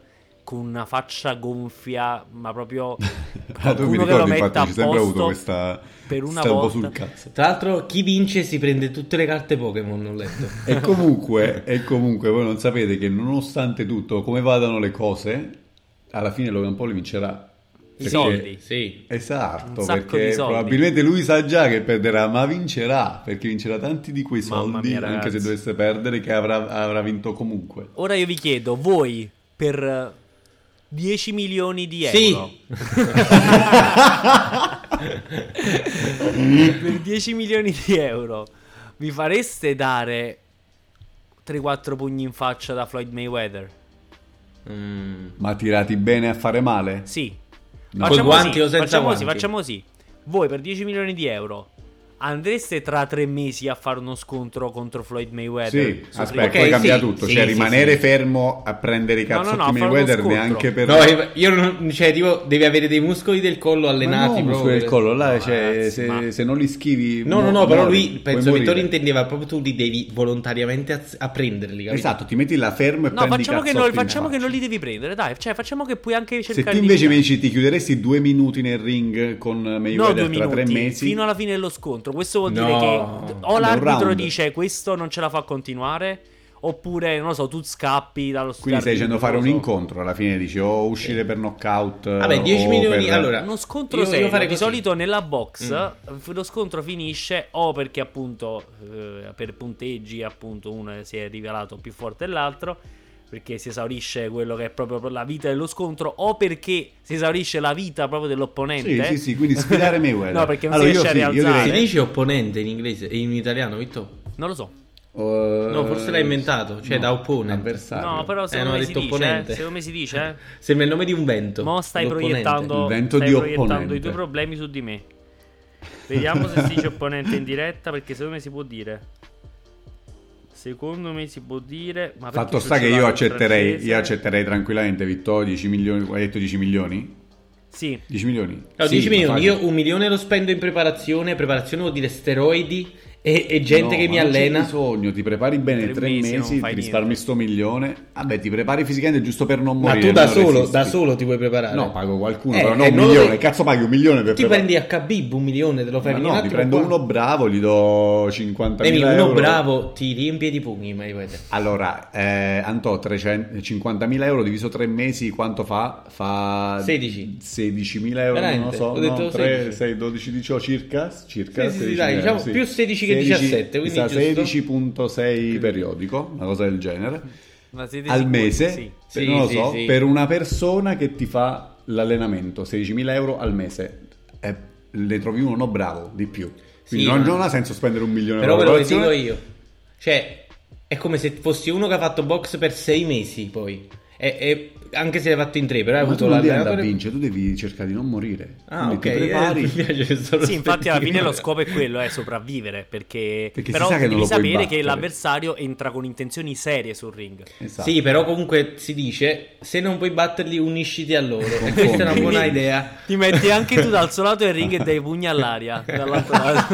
[SPEAKER 3] con una faccia gonfia, ma proprio
[SPEAKER 2] Ah, tu mi
[SPEAKER 3] qualcuno che lo
[SPEAKER 2] ricordi,
[SPEAKER 3] metta
[SPEAKER 2] infatti,
[SPEAKER 3] a
[SPEAKER 2] c'è sempre avuto
[SPEAKER 3] posto
[SPEAKER 2] questa
[SPEAKER 3] per una
[SPEAKER 2] sta un po'
[SPEAKER 3] volta.
[SPEAKER 2] sul cazzo.
[SPEAKER 1] Tra l'altro, chi vince si prende tutte le carte Pokémon, ho letto.
[SPEAKER 2] E comunque, e comunque voi non sapete che nonostante tutto, come vadano le cose, alla fine Logan Paul vincerà.
[SPEAKER 3] I
[SPEAKER 2] Perché-
[SPEAKER 3] soldi.
[SPEAKER 1] Sì.
[SPEAKER 2] Esatto,
[SPEAKER 3] Un sacco
[SPEAKER 2] perché
[SPEAKER 3] di soldi.
[SPEAKER 2] probabilmente lui sa già che perderà, ma vincerà, perché vincerà tanti di quei
[SPEAKER 3] Mamma
[SPEAKER 2] soldi,
[SPEAKER 3] mia,
[SPEAKER 2] anche
[SPEAKER 3] ragazzi.
[SPEAKER 2] se dovesse perdere, che avrà, avrà vinto comunque.
[SPEAKER 3] Ora io vi chiedo, voi per dieci milioni di
[SPEAKER 1] Sì.
[SPEAKER 3] euro per dieci milioni di euro vi fareste dare tre quattro pugni in faccia da Floyd Mayweather?
[SPEAKER 1] Mm.
[SPEAKER 2] Ma tirati bene a fare male?
[SPEAKER 3] Sì.
[SPEAKER 2] No.
[SPEAKER 3] Facciamo
[SPEAKER 1] Coi guanti
[SPEAKER 3] così,
[SPEAKER 1] o senza
[SPEAKER 3] facciamo così,
[SPEAKER 1] guanti?
[SPEAKER 3] facciamo così. Voi per dieci milioni di euro andreste tra tre mesi a fare uno scontro contro Floyd Mayweather?
[SPEAKER 2] Sì,
[SPEAKER 3] Su
[SPEAKER 2] aspetta,
[SPEAKER 3] Ring?
[SPEAKER 1] Ok,
[SPEAKER 2] poi cambia
[SPEAKER 1] sì,
[SPEAKER 2] tutto,
[SPEAKER 1] sì,
[SPEAKER 2] cioè
[SPEAKER 1] sì,
[SPEAKER 2] rimanere
[SPEAKER 1] sì.
[SPEAKER 2] fermo a prendere i
[SPEAKER 3] No, no,
[SPEAKER 2] cazzotti
[SPEAKER 3] no, a fare uno
[SPEAKER 2] Mayweather
[SPEAKER 3] scontro.
[SPEAKER 2] neanche per...
[SPEAKER 1] No, io- io non, cioè, tipo, devi avere dei muscoli del collo
[SPEAKER 2] Ma
[SPEAKER 1] allenati.
[SPEAKER 2] no,
[SPEAKER 1] proprio
[SPEAKER 2] muscoli del
[SPEAKER 1] per-
[SPEAKER 2] collo, là,
[SPEAKER 3] No,
[SPEAKER 2] cioè,
[SPEAKER 3] ragazzi,
[SPEAKER 2] se,
[SPEAKER 3] ma-
[SPEAKER 2] se non li schivi...
[SPEAKER 1] No, no,
[SPEAKER 2] mu-
[SPEAKER 1] no, però
[SPEAKER 2] muori,
[SPEAKER 1] lui,
[SPEAKER 2] puoi
[SPEAKER 1] penso che
[SPEAKER 2] morire.
[SPEAKER 1] Vittorio intendeva proprio tu li devi volontariamente a, a prenderli, capito?
[SPEAKER 2] Esatto, ti metti là fermo e
[SPEAKER 3] No,
[SPEAKER 2] prendi i
[SPEAKER 3] facciamo, che,
[SPEAKER 2] cazzotti
[SPEAKER 3] non,
[SPEAKER 2] in
[SPEAKER 3] facciamo che
[SPEAKER 2] faccia.
[SPEAKER 3] non li devi prendere, dai. Cioè, facciamo che puoi anche
[SPEAKER 2] Se
[SPEAKER 3] cercare
[SPEAKER 2] tu
[SPEAKER 3] di
[SPEAKER 2] invece mi
[SPEAKER 3] vincere.
[SPEAKER 2] dici ti chiuderesti due minuti nel ring con
[SPEAKER 3] No,
[SPEAKER 2] Mayweather
[SPEAKER 3] due
[SPEAKER 2] tra tre
[SPEAKER 3] minuti,
[SPEAKER 2] mesi...
[SPEAKER 3] fino alla fine dello scontro. Questo vuol
[SPEAKER 1] No.
[SPEAKER 3] dire che o
[SPEAKER 2] Vabbè, un
[SPEAKER 3] l'arbitro
[SPEAKER 2] round.
[SPEAKER 3] dice questo non ce la fa continuare, oppure, non lo so, tu scappi dallo
[SPEAKER 2] Quindi stai dicendo fare un
[SPEAKER 3] non lo so.
[SPEAKER 2] incontro alla fine, dici o uscire per knockout.
[SPEAKER 1] Vabbè, dieci
[SPEAKER 2] o
[SPEAKER 1] milioni,
[SPEAKER 2] per-
[SPEAKER 1] allora-
[SPEAKER 3] Uno scontro
[SPEAKER 1] Io voglio
[SPEAKER 3] serio.
[SPEAKER 1] fare
[SPEAKER 3] Di
[SPEAKER 1] così.
[SPEAKER 3] solito nella box
[SPEAKER 2] Mm.
[SPEAKER 3] f- lo scontro finisce o perché appunto eh, per punteggi appunto uno si è rivelato più forte dell'altro, perché si esaurisce quello che è proprio la vita dello scontro, o perché si esaurisce la vita proprio dell'opponente.
[SPEAKER 2] Sì, sì, sì, quindi sfidare Mayweather.
[SPEAKER 3] No, perché non
[SPEAKER 2] Allora,
[SPEAKER 3] si
[SPEAKER 2] io
[SPEAKER 3] riesce a
[SPEAKER 2] sì, io
[SPEAKER 3] rialzare.
[SPEAKER 1] Si
[SPEAKER 2] direi-
[SPEAKER 1] dice opponente in inglese e in italiano, Vittorio?
[SPEAKER 3] Non lo so.
[SPEAKER 2] Uh,
[SPEAKER 1] No, forse l'hai inventato, cioè da opponent.
[SPEAKER 2] avversario.
[SPEAKER 3] No, però
[SPEAKER 1] Eh,
[SPEAKER 3] secondo
[SPEAKER 1] non
[SPEAKER 3] me
[SPEAKER 1] ha
[SPEAKER 3] si
[SPEAKER 1] detto
[SPEAKER 3] dice, eh.
[SPEAKER 1] opponente.
[SPEAKER 3] Secondo me si dice, eh.
[SPEAKER 1] Sembra il nome di un vento.
[SPEAKER 3] Mo stai
[SPEAKER 1] L'opponente.
[SPEAKER 3] proiettando,
[SPEAKER 2] Il vento
[SPEAKER 3] stai
[SPEAKER 2] di
[SPEAKER 3] proiettando
[SPEAKER 2] opponente.
[SPEAKER 3] i tuoi problemi su di me. Vediamo se si dice opponente in diretta, perché secondo me si può dire. Secondo me si può dire. Ma perché
[SPEAKER 2] Fatto
[SPEAKER 3] tu
[SPEAKER 2] sta
[SPEAKER 3] ce
[SPEAKER 2] che
[SPEAKER 3] l'hai
[SPEAKER 2] io
[SPEAKER 3] in
[SPEAKER 2] accetterei,
[SPEAKER 3] francese?
[SPEAKER 2] io accetterei tranquillamente Vittorio dieci milioni, hai detto dieci milioni?
[SPEAKER 3] Sì.
[SPEAKER 2] dieci milioni?
[SPEAKER 1] No,
[SPEAKER 2] Sì,
[SPEAKER 1] dieci
[SPEAKER 2] ma
[SPEAKER 1] milioni,
[SPEAKER 2] facile.
[SPEAKER 1] io un milione lo spendo in preparazione. Preparazione vuol dire steroidi e, e gente
[SPEAKER 2] No,
[SPEAKER 1] che
[SPEAKER 2] ma
[SPEAKER 1] mi
[SPEAKER 2] non c'è
[SPEAKER 1] allena.
[SPEAKER 2] bisogno, ti prepari bene
[SPEAKER 3] Tre
[SPEAKER 2] tre,
[SPEAKER 3] mesi, non
[SPEAKER 2] mesi,
[SPEAKER 3] fai
[SPEAKER 2] ti risparmi
[SPEAKER 3] niente.
[SPEAKER 2] sto milione. Vabbè, ti prepari fisicamente giusto per non
[SPEAKER 1] Ma
[SPEAKER 2] morire.
[SPEAKER 1] tu da
[SPEAKER 2] non
[SPEAKER 1] solo,
[SPEAKER 2] resisti.
[SPEAKER 1] da solo ti puoi preparare.
[SPEAKER 2] No, pago qualcuno,
[SPEAKER 1] Eh,
[SPEAKER 2] però non
[SPEAKER 1] eh,
[SPEAKER 2] un
[SPEAKER 1] non lo
[SPEAKER 2] milione.
[SPEAKER 1] devi-
[SPEAKER 2] Cazzo paghi un milione per
[SPEAKER 1] Ti
[SPEAKER 2] preparare?
[SPEAKER 1] prendi a Khabib un milione, te lo fai
[SPEAKER 2] Ma
[SPEAKER 1] venire
[SPEAKER 2] no,
[SPEAKER 1] un
[SPEAKER 2] mi
[SPEAKER 1] altro
[SPEAKER 2] prendo
[SPEAKER 1] qua.
[SPEAKER 2] uno bravo, gli do
[SPEAKER 1] Emi,
[SPEAKER 2] cinquantamila
[SPEAKER 1] uno
[SPEAKER 2] euro.
[SPEAKER 1] bravo ti riempie di pugni, Mayweather.
[SPEAKER 2] Allora, eh, Antò, trecento cinquantamila euro diviso tre mesi, quanto fa? Fa
[SPEAKER 1] sedici.
[SPEAKER 2] sedicimila euro, non lo
[SPEAKER 1] Veramente?
[SPEAKER 2] so,
[SPEAKER 1] Ho detto
[SPEAKER 2] no, tre,
[SPEAKER 1] sedici.
[SPEAKER 2] sei, dodici, diciotto circa, circa
[SPEAKER 1] Sì, sì, sì,
[SPEAKER 2] sedicimila
[SPEAKER 1] dai,
[SPEAKER 2] euro,
[SPEAKER 1] diciamo più sedici che diciassette, quindi
[SPEAKER 2] sta
[SPEAKER 1] giusto.
[SPEAKER 2] sedici virgola sei periodico, una cosa del genere,
[SPEAKER 3] Ma siete
[SPEAKER 2] al
[SPEAKER 3] sicuri?
[SPEAKER 2] mese,
[SPEAKER 3] Sì.
[SPEAKER 2] per-
[SPEAKER 1] Sì,
[SPEAKER 2] non lo
[SPEAKER 1] sì,
[SPEAKER 2] so,
[SPEAKER 1] sì.
[SPEAKER 2] per una persona che ti fa l'allenamento, sedicimila euro al mese, e ne trovi uno bravo di più. Quindi
[SPEAKER 1] Sì,
[SPEAKER 2] non,
[SPEAKER 1] ma-
[SPEAKER 2] non ha senso spendere un milione
[SPEAKER 1] Però
[SPEAKER 2] per
[SPEAKER 1] ve lo
[SPEAKER 2] lavorazione.
[SPEAKER 1] dico io. Cioè, è come se fossi uno che ha fatto box per sei mesi poi. E, e anche se l'hai fatto in tre, però hai
[SPEAKER 2] Ma
[SPEAKER 1] avuto
[SPEAKER 2] tu non devi andare a
[SPEAKER 1] l'allenatore.
[SPEAKER 2] vincere, tu devi cercare di non morire.
[SPEAKER 1] Ah,
[SPEAKER 2] Quindi
[SPEAKER 1] ok.
[SPEAKER 2] ti prepari.
[SPEAKER 1] eh, mi piace questo
[SPEAKER 3] Sì, infatti alla fine lo
[SPEAKER 1] prospettiva.
[SPEAKER 3] scopo è quello, è sopravvivere, perché,
[SPEAKER 2] Perché si
[SPEAKER 3] però
[SPEAKER 2] sa che non
[SPEAKER 3] devi
[SPEAKER 2] lo puoi
[SPEAKER 3] sapere che
[SPEAKER 2] battere.
[SPEAKER 3] l'avversario entra con intenzioni serie sul ring.
[SPEAKER 2] Esatto.
[SPEAKER 1] Sì, però comunque si dice, se non puoi batterli unisciti a loro. E
[SPEAKER 2] Confondi.
[SPEAKER 1] questa è una buona
[SPEAKER 3] Quindi
[SPEAKER 1] idea.
[SPEAKER 3] Ti metti anche tu dal suo lato del ring e dai pugni all'aria dall'altro lato.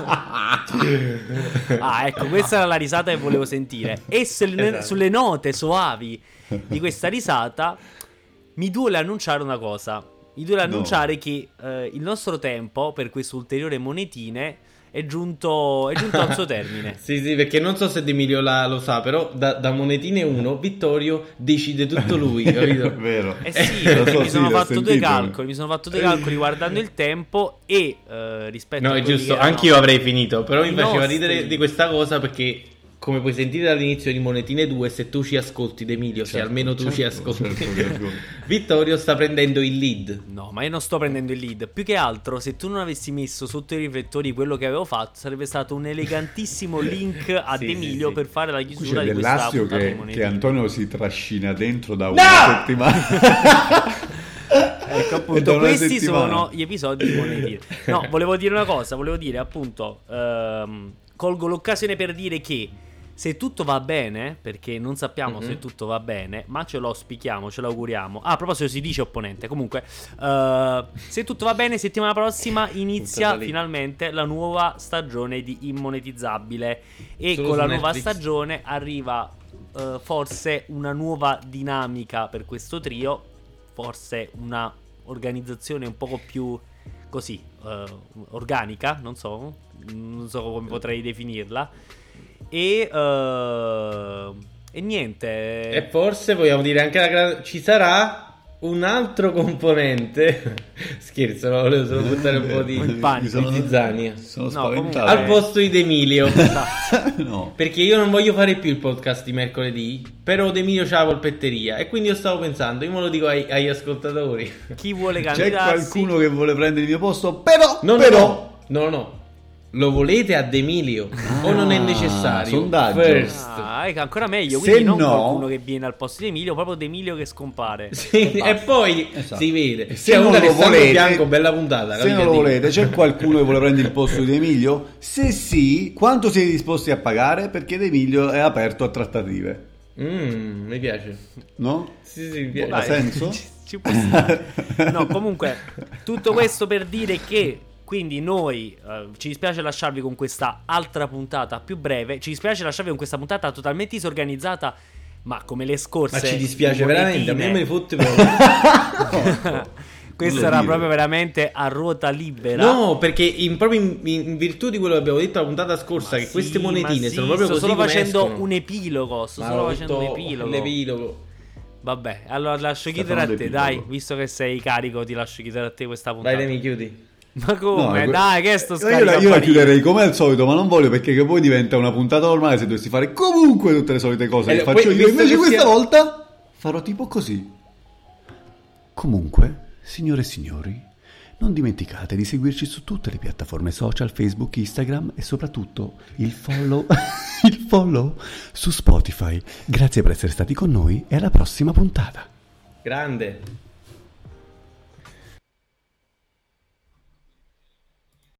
[SPEAKER 3] Ah, ecco, questa era la risata che volevo sentire. E sulle,
[SPEAKER 1] Esatto.
[SPEAKER 3] sulle note soavi di questa risata mi duole annunciare una cosa. Mi duole
[SPEAKER 2] No.
[SPEAKER 3] annunciare che eh, il nostro tempo per questo ulteriore monetine è giunto, è giunto al suo termine.
[SPEAKER 1] Sì, sì, perché non so se Emilio la, lo sa, però da, da monetine uno, Vittorio decide tutto lui, capito?
[SPEAKER 2] È vero.
[SPEAKER 3] Eh sì,
[SPEAKER 2] Lo
[SPEAKER 3] perché
[SPEAKER 2] so,
[SPEAKER 3] mi
[SPEAKER 2] sì,
[SPEAKER 3] sono
[SPEAKER 2] l'ho
[SPEAKER 3] fatto due
[SPEAKER 2] sentito.
[SPEAKER 3] calcoli, mi sono fatto due calcoli guardando il tempo e eh, rispetto
[SPEAKER 1] No,
[SPEAKER 3] a
[SPEAKER 1] è
[SPEAKER 3] quelli
[SPEAKER 1] giusto,
[SPEAKER 3] che erano-
[SPEAKER 1] anch'io avrei finito, però mi
[SPEAKER 3] i
[SPEAKER 1] faceva
[SPEAKER 3] nostri.
[SPEAKER 1] ridere di questa cosa perché, come puoi sentire dall'inizio di Monetine due, se tu ci ascolti, Emilio, se
[SPEAKER 2] Certo,
[SPEAKER 1] almeno tu ci
[SPEAKER 2] certo,
[SPEAKER 1] ascolti,
[SPEAKER 2] certo, certo.
[SPEAKER 1] Vittorio sta prendendo il lead.
[SPEAKER 3] No, ma io non sto prendendo il lead. Più che altro, se tu non avessi messo sotto i riflettori quello che avevo fatto, sarebbe stato un elegantissimo link ad
[SPEAKER 1] Sì,
[SPEAKER 3] Emilio
[SPEAKER 1] sì, sì.
[SPEAKER 3] per fare la
[SPEAKER 2] Qui
[SPEAKER 3] chiusura
[SPEAKER 2] c'è
[SPEAKER 3] di questa
[SPEAKER 2] dell'astio
[SPEAKER 3] puntata di
[SPEAKER 2] che,
[SPEAKER 3] Monetine.
[SPEAKER 2] che Antonio si trascina dentro da
[SPEAKER 1] No!
[SPEAKER 2] una settimana.
[SPEAKER 3] Ecco,
[SPEAKER 2] E da
[SPEAKER 3] appunto,
[SPEAKER 2] una
[SPEAKER 3] questi
[SPEAKER 2] settimana.
[SPEAKER 3] sono gli episodi di Monetine. No, volevo dire una cosa, volevo dire appunto, ehm, colgo l'occasione per dire che se tutto va bene, perché non sappiamo
[SPEAKER 1] Mhm.
[SPEAKER 3] se tutto va bene, ma ce lo auspichiamo, ce l'auguriamo. Ah, a proposito si dice opponente, comunque, eh, se tutto va bene, settimana prossima inizia
[SPEAKER 1] Puntata lì.
[SPEAKER 3] finalmente la nuova stagione di Immonetizzabile e
[SPEAKER 1] Solo
[SPEAKER 3] con
[SPEAKER 1] su
[SPEAKER 3] la nuova
[SPEAKER 1] Netflix.
[SPEAKER 3] stagione arriva uh, forse una nuova dinamica per questo trio, forse una organizzazione un poco più così uh, organica, non so, non so come potrei definirla. E uh, e niente.
[SPEAKER 1] E forse vogliamo dire anche la gra- ci sarà un altro componente. Scherzo, no, volevo solo buttare un po' di,
[SPEAKER 3] Il panico.
[SPEAKER 1] di zizzania.
[SPEAKER 2] Sono
[SPEAKER 3] No,
[SPEAKER 2] spaventato.
[SPEAKER 1] Al posto di D'Emilio.
[SPEAKER 2] No.
[SPEAKER 1] Perché io non voglio fare più il podcast di mercoledì, però D'Emilio c'ha la polpetteria. E quindi io stavo pensando, io me lo dico ai, agli ascoltatori.
[SPEAKER 3] Chi vuole
[SPEAKER 2] C'è
[SPEAKER 3] candidarsi?
[SPEAKER 2] qualcuno che vuole prendere il mio posto, però,
[SPEAKER 1] No, no,
[SPEAKER 2] però...
[SPEAKER 1] no, no, no. Lo volete a D'Emilio o non è necessario?
[SPEAKER 2] sondaggio.
[SPEAKER 1] First.
[SPEAKER 3] Ah, ecco, ancora meglio.
[SPEAKER 2] Se
[SPEAKER 3] Quindi non
[SPEAKER 2] no-
[SPEAKER 3] qualcuno che viene al posto di Emilio, proprio D'Emilio che scompare.
[SPEAKER 1] Sì, e poi
[SPEAKER 2] Esatto.
[SPEAKER 1] si vede.
[SPEAKER 2] E se
[SPEAKER 1] C'è
[SPEAKER 2] non
[SPEAKER 1] un
[SPEAKER 2] lo
[SPEAKER 1] Alessandro
[SPEAKER 2] volete-
[SPEAKER 1] Bianco, bella puntata.
[SPEAKER 2] Se
[SPEAKER 1] capite?
[SPEAKER 2] non lo
[SPEAKER 1] Dico.
[SPEAKER 2] volete, c'è qualcuno che vuole prendere il posto di Emilio? Se sì, quanto siete disposti a pagare? Perché Emilio è aperto a trattative,
[SPEAKER 1] Mm, mi piace.
[SPEAKER 2] no?
[SPEAKER 1] Sì, sì, mi piace.
[SPEAKER 2] Ha senso?
[SPEAKER 3] Ci- ci può stare. No, comunque, tutto questo per dire che quindi noi eh, ci dispiace lasciarvi con questa altra puntata più breve. Ci dispiace lasciarvi con questa puntata totalmente disorganizzata, ma come le scorse.
[SPEAKER 1] Ma ci dispiace
[SPEAKER 3] le
[SPEAKER 1] veramente. A me
[SPEAKER 3] monetine.
[SPEAKER 1] me ne fotte proprio.
[SPEAKER 3] Questa
[SPEAKER 2] Non
[SPEAKER 3] era
[SPEAKER 2] dire.
[SPEAKER 3] proprio veramente a ruota libera.
[SPEAKER 1] No, perché in, proprio in, in virtù di quello che abbiamo detto la puntata scorsa, che
[SPEAKER 3] Sì,
[SPEAKER 1] queste
[SPEAKER 3] ma
[SPEAKER 1] monetine
[SPEAKER 3] sì,
[SPEAKER 1] sono proprio
[SPEAKER 3] sto
[SPEAKER 1] così
[SPEAKER 3] solo
[SPEAKER 1] come
[SPEAKER 3] facendo
[SPEAKER 1] escono.
[SPEAKER 3] un epilogo. Sto
[SPEAKER 1] Ma
[SPEAKER 3] solo
[SPEAKER 1] ho
[SPEAKER 3] facendo un
[SPEAKER 1] detto
[SPEAKER 3] epilogo.
[SPEAKER 1] l'epilogo.
[SPEAKER 3] Vabbè, allora lascio
[SPEAKER 2] Stefano
[SPEAKER 3] chiudere a te,
[SPEAKER 2] l'epilogo.
[SPEAKER 3] dai. Visto che sei carico, ti lascio chiudere a te questa puntata.
[SPEAKER 1] Dai, Demi, chiudi.
[SPEAKER 3] Ma come?
[SPEAKER 2] No,
[SPEAKER 3] Dai, che è sto
[SPEAKER 2] io la, io la
[SPEAKER 3] scaricabarile?
[SPEAKER 2] chiuderei come al solito, ma non voglio, perché che poi diventa una puntata normale se dovessi fare comunque tutte le solite cose
[SPEAKER 1] Eh,
[SPEAKER 2] che
[SPEAKER 1] poi,
[SPEAKER 2] faccio io.
[SPEAKER 1] visto
[SPEAKER 2] Invece
[SPEAKER 1] che
[SPEAKER 2] questa
[SPEAKER 1] sia-
[SPEAKER 2] volta farò tipo così. Comunque, signore e signori, non dimenticate di seguirci su tutte le piattaforme social, Facebook, Instagram e soprattutto il follow, il follow su Spotify. Grazie per essere stati con noi e alla prossima puntata.
[SPEAKER 1] Grande.